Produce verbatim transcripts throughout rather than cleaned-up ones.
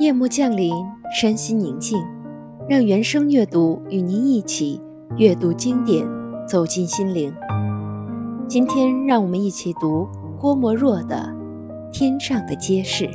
夜幕降临，身心宁静，让原声阅读与您一起阅读经典，走进心灵。今天让我们一起读郭沫若的《天上的街市》。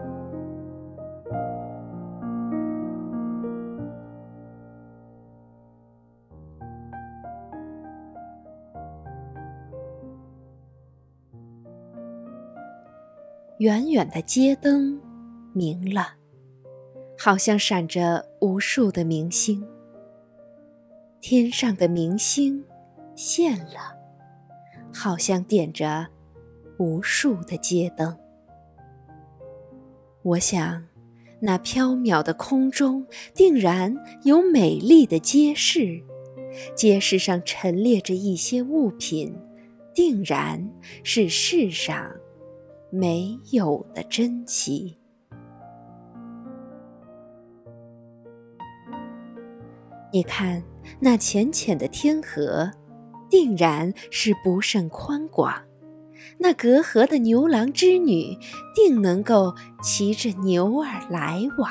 远远的街灯明了，好像闪着无数的明星。天上的明星现了，好像点着无数的街灯。我想，那缥缈的空中定然有美丽的街市，街市上陈列着一些物品，定然是世上没有的珍奇。你看那浅浅的天河，定然是不甚宽广，那隔河的牛郎织女定能够骑着牛儿来往。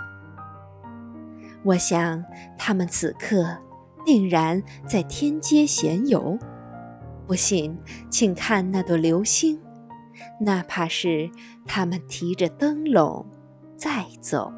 我想他们此刻定然在天街闲游，不信请看那朵流星，哪怕是他们提着灯笼在走。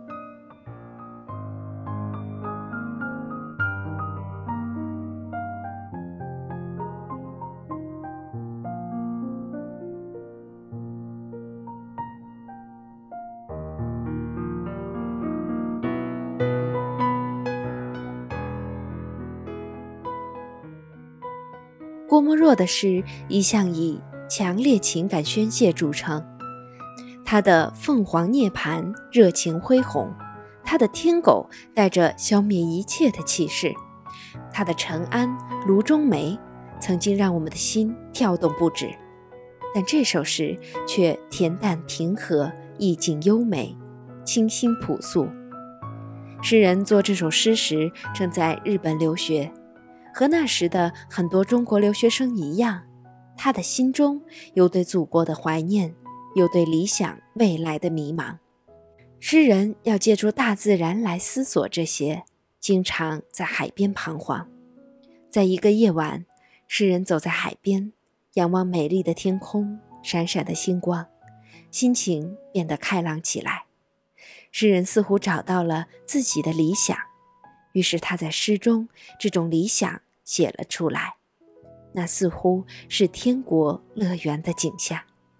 郭沫若的诗一向以强烈情感宣泄著称，他的凤凰涅槃热情恢宏，他的天狗带着消灭一切的气势，他的陈安炉中梅曾经让我们的心跳动不止。但这首诗却恬淡平和，意境优美，清新朴素。诗人作这首诗时正在日本留学，和那时的很多中国留学生一样，他的心中有对祖国的怀念，有对理想未来的迷茫。诗人要借助大自然来思索这些，经常在海边彷徨。在一个夜晚，诗人走在海边，仰望美丽的天空，闪闪的星光，心情变得开朗起来。诗人似乎找到了自己的理想，于是他在诗中这种理想写了出来，那似乎是天国乐园的景象。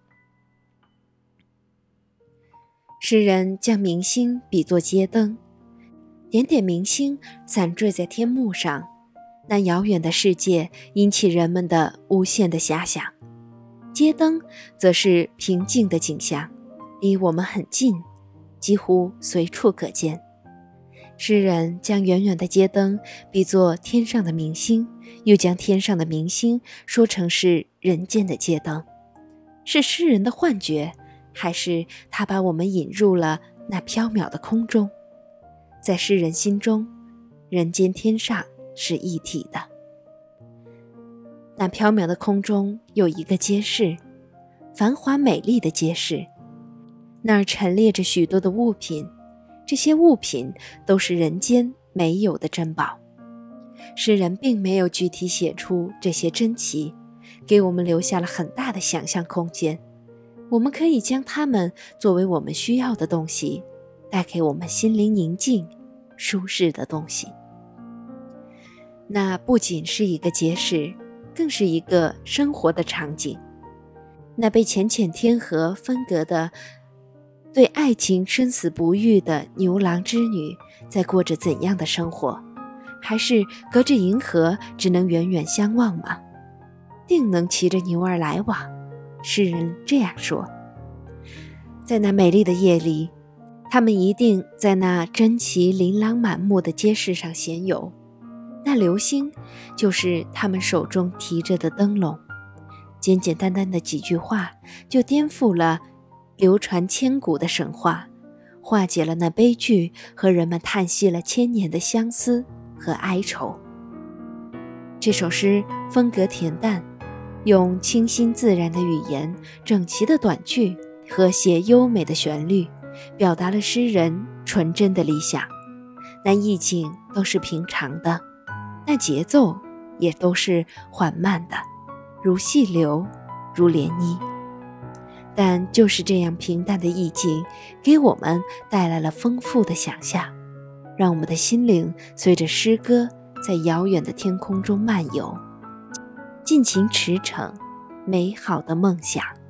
诗人将明星比作街灯，点点明星散坠在天幕上，那遥远的世界引起人们的无限的遐想。街灯则是平静的景象，离我们很近，几乎随处可见。诗人将远远的街灯比作天上的明星，又将天上的明星说成是人间的街灯。是诗人的幻觉，还是他把我们引入了那缥缈的空中？在诗人心中，人间天上是一体的。那缥缈的空中有一个街市，繁华美丽的街市，那儿陈列着许多的物品，这些物品都是人间没有的珍宝。诗人并没有具体写出这些珍奇，给我们留下了很大的想象空间。我们可以将它们作为我们需要的东西，带给我们心灵宁静、舒适的东西。那不仅是一个街市，更是一个生活的场景。那被浅浅天河分隔的对爱情生死不渝的牛郎织女在过着怎样的生活？还是隔着银河只能远远相望吗？定能骑着牛儿来往。诗人这样说。在那美丽的夜里，他们一定在那珍奇琳琅满目的街市上闲游。那流星就是他们手中提着的灯笼，简简单单的几句话就颠覆了流传千古的神话，化解了那悲剧和人们叹息了千年的相思和哀愁。这首诗风格恬淡，用清新自然的语言、整齐的短句、和谐优美的旋律， 表达了诗人纯真的理想。那意境都是平常的，那节奏也都是缓慢的，如细流，如涟漪。但就是这样平淡的意境，给我们带来了丰富的想象，让我们的心灵随着诗歌在遥远的天空中漫游，尽情驰骋美好的梦想。